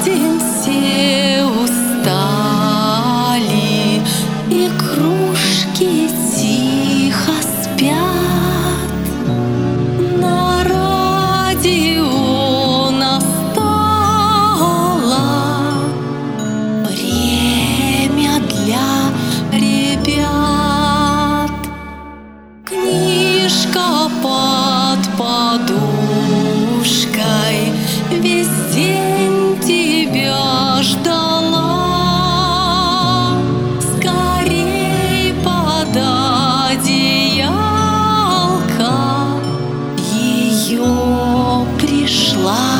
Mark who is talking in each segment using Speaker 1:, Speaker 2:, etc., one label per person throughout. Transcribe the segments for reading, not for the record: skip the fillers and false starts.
Speaker 1: день все устали, и кружки тихо спят. На радио настало время для ребят. Книжка под подушкой весь день тебя ждала. Скорей под одеялко, ее пришла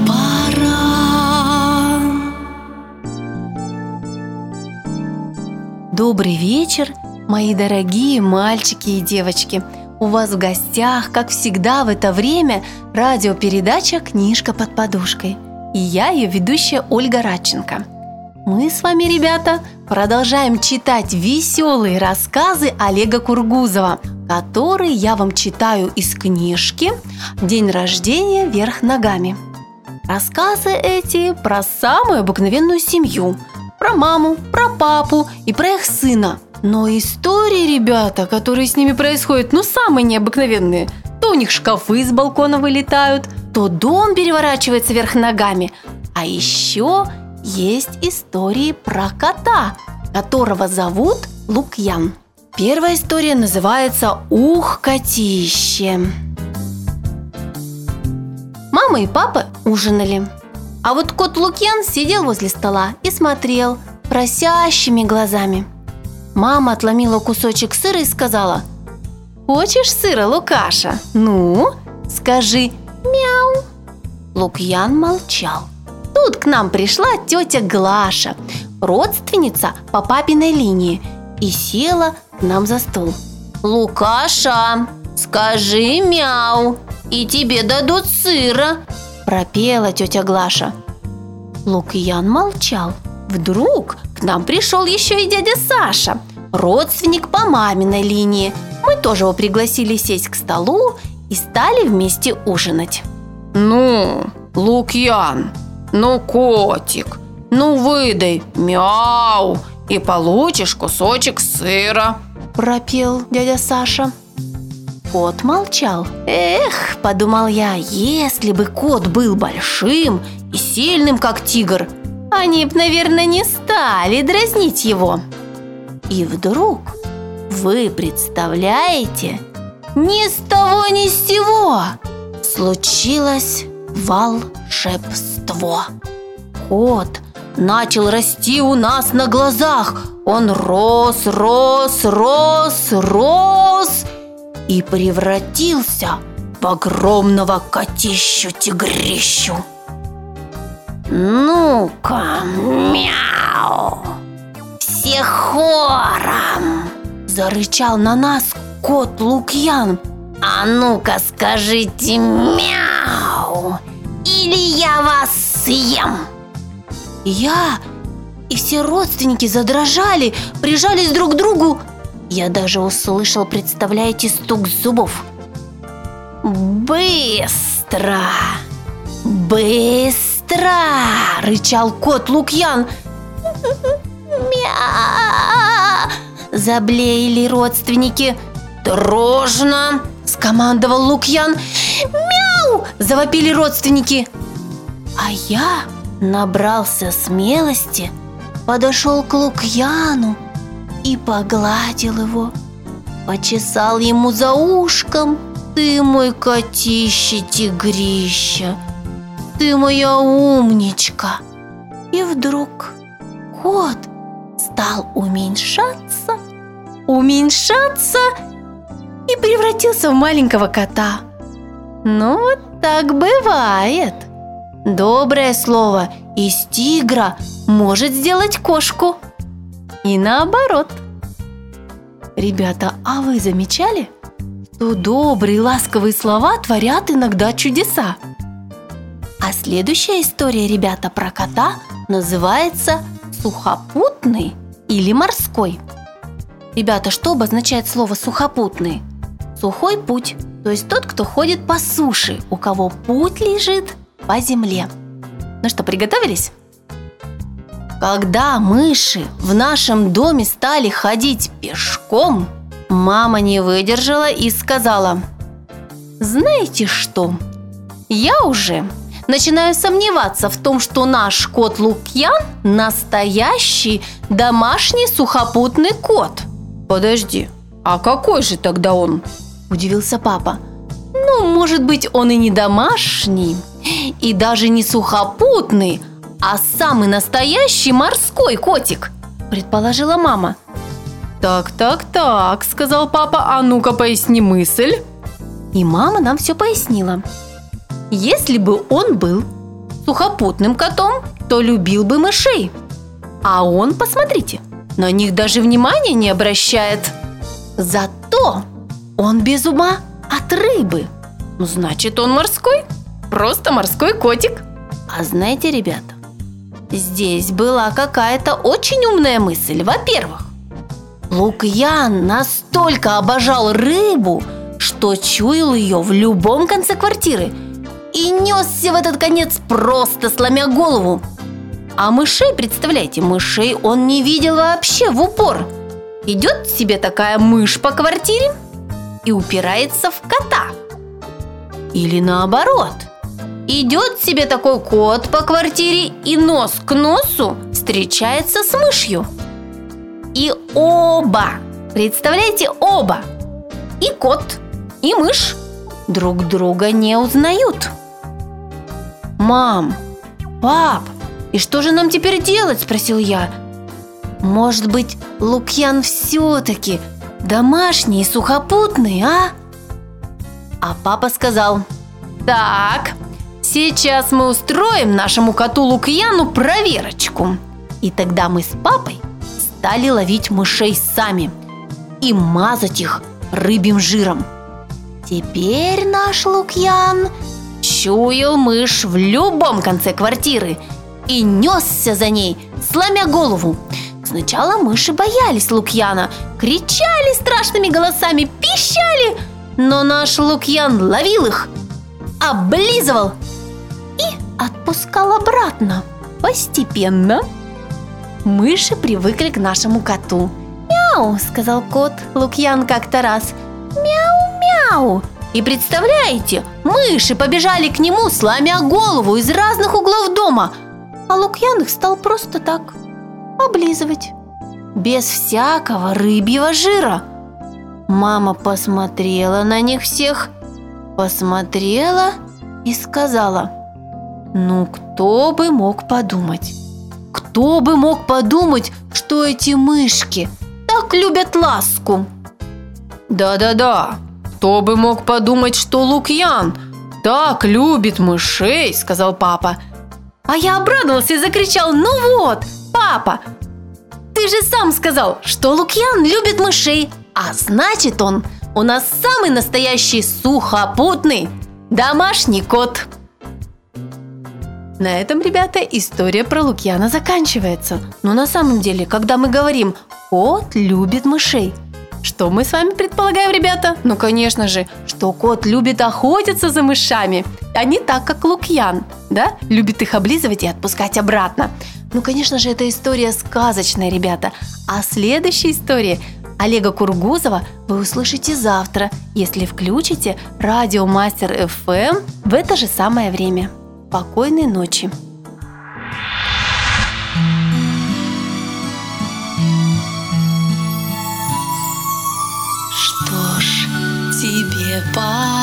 Speaker 1: пора.
Speaker 2: Добрый вечер, мои дорогие мальчики и девочки! У вас в гостях, как всегда в это время, радиопередача «Книжка под подушкой». И я, ее ведущая Ольга Радченко. Мы с вами, ребята, продолжаем читать веселые рассказы Олега Кургузова, которые я вам читаю из книжки «День рождения вверх ногами». Рассказы эти про самую обыкновенную семью, про маму, про папу и про их сына. Но истории, ребята, которые с ними происходят, самые необыкновенные. То у них шкафы с балкона вылетают, то дом переворачивается вверх ногами. А еще есть истории про кота, которого зовут Лукьян. Первая история называется «Ух, котище». Мама и папа ужинали. А вот кот Лукьян сидел возле стола и смотрел просящими глазами. Мама отломила кусочек сыра и сказала: «Хочешь сыра, Лукаша? Ну, скажи мяу». Лукьян молчал. Тут к нам пришла тетя Глаша, родственница по папиной линии, и села к нам за стол. «Лукаша, скажи мяу, и тебе дадут сыра», пропела тетя Глаша. Лукьян молчал. Вдруг к нам пришел еще и дядя Саша, родственник по маминой линии. Мы тоже его пригласили сесть к столу и стали вместе ужинать.
Speaker 3: «Ну, Лукьян, ну, котик, ну выдай мяу и получишь кусочек сыра»,
Speaker 2: пропел дядя Саша. Кот молчал. «Эх, — подумал я, — если бы кот был большим и сильным, как тигр, они б, наверное, не стали дразнить его». И вдруг, вы представляете, ни с того ни с сего случилось волшебство. Кот начал расти у нас на глазах. Он рос и превратился в огромного котищу-тигрищу. «Ну-ка, мяу! Все хором!» зарычал на нас кот Лукьян. «А ну-ка скажите мяу, или я вас съем!» Я и все родственники задрожали, прижались друг к другу. Я даже услышал, представляете, стук зубов. «Быстро! Быстро!» — рычал кот Лукьян. «Мя!» — заблеяли родственники. «Дружно!» — скомандовал Лукьян. «Мяу!» — завопили родственники. А я набрался смелости, подошел к Лукьяну и погладил его, почесал ему за ушком. «Ты мой котище-тигрище, ты моя умничка!» И вдруг кот стал уменьшаться и превратился в маленького кота. Ну, вот так бывает. Доброе слово из тигра может сделать кошку. И наоборот. Ребята, а вы замечали, что добрые ласковые слова творят иногда чудеса? А следующая история, ребята, про кота называется «Сухопутный» или «Морской». Ребята, что обозначает слово «сухопутный»? Сухой путь, то есть тот, кто ходит по суше, у кого путь лежит по земле. Ну что, приготовились? Когда мыши в нашем доме стали ходить пешком, мама не выдержала и сказала: «Знаете что? Я уже начинаю сомневаться в том, что наш кот Лукьян настоящий домашний сухопутный кот».
Speaker 3: Подожди, а какой же тогда он?
Speaker 2: Удивился папа. «Ну, может быть, он и не домашний, и даже не сухопутный, а самый настоящий морской котик», предположила мама.
Speaker 3: Так, сказал папа, а ну-ка поясни мысль.
Speaker 2: И мама нам все пояснила. Если бы он был сухопутным котом, то любил бы мышей. А он, посмотрите, на них даже внимания не обращает. Зато он без ума от рыбы.
Speaker 3: Значит, он морской? Просто морской котик.
Speaker 2: А знаете, ребята, здесь была какая-то очень умная мысль. Во-первых, Лукьян настолько обожал рыбу, что чуял ее в любом конце квартиры и несся в этот конец, просто сломя голову. А мышей, представляете, мышей он не видел вообще в упор. Идет себе такая мышь по квартире и упирается в кота. Или наоборот, идет себе такой кот по квартире и нос к носу встречается с мышью. И оба, представляете, оба, и кот, и мышь друг друга не узнают. «Мам, пап, и что же нам теперь делать?» – спросил я. «Может быть, Лукьян все-таки домашний и сухопутный, а?» А папа сказал: «Так, сейчас мы устроим нашему коту Лукьяну проверочку». И тогда мы с папой стали ловить мышей сами и мазать их рыбьим жиром. Теперь наш Лукьян чуял мышь в любом конце квартиры и несся за ней, сломя голову. Сначала мыши боялись Лукьяна, кричали страшными голосами, пищали, но наш Лукьян ловил их, облизывал и отпускал обратно. Постепенно мыши привыкли к нашему коту. «Мяу!» – сказал кот Лукьян как-то раз. «Мяу-мяу!» И представляете, мыши побежали к нему, сломя голову из разных углов дома, а Лукьян их стал просто так облизывать, без всякого рыбьего жира. Мама посмотрела на них всех, посмотрела и сказала: «Ну, кто бы мог подумать? Кто бы мог подумать, что эти мышки так любят ласку?»
Speaker 3: Да, кто бы мог подумать, что Лукьян так любит мышей, сказал папа.
Speaker 2: А я обрадовался и закричал: «Ну вот, папа, ты же сам сказал, что Лукьян любит мышей, а значит, он у нас самый настоящий сухопутный домашний кот». На этом, ребята, история про Лукьяна заканчивается. Но на самом деле, когда мы говорим «кот любит мышей», что мы с вами предполагаем, ребята? Ну, конечно же, что кот любит охотиться за мышами, а не так, как Лукьян, да? Любит их облизывать и отпускать обратно. Ну, конечно же, эта история сказочная, ребята. А следующая история Олега Кургузова вы услышите завтра, если включите радио Мастер ФМ в это же самое время. Спокойной ночи.
Speaker 1: Что ж, тебе пора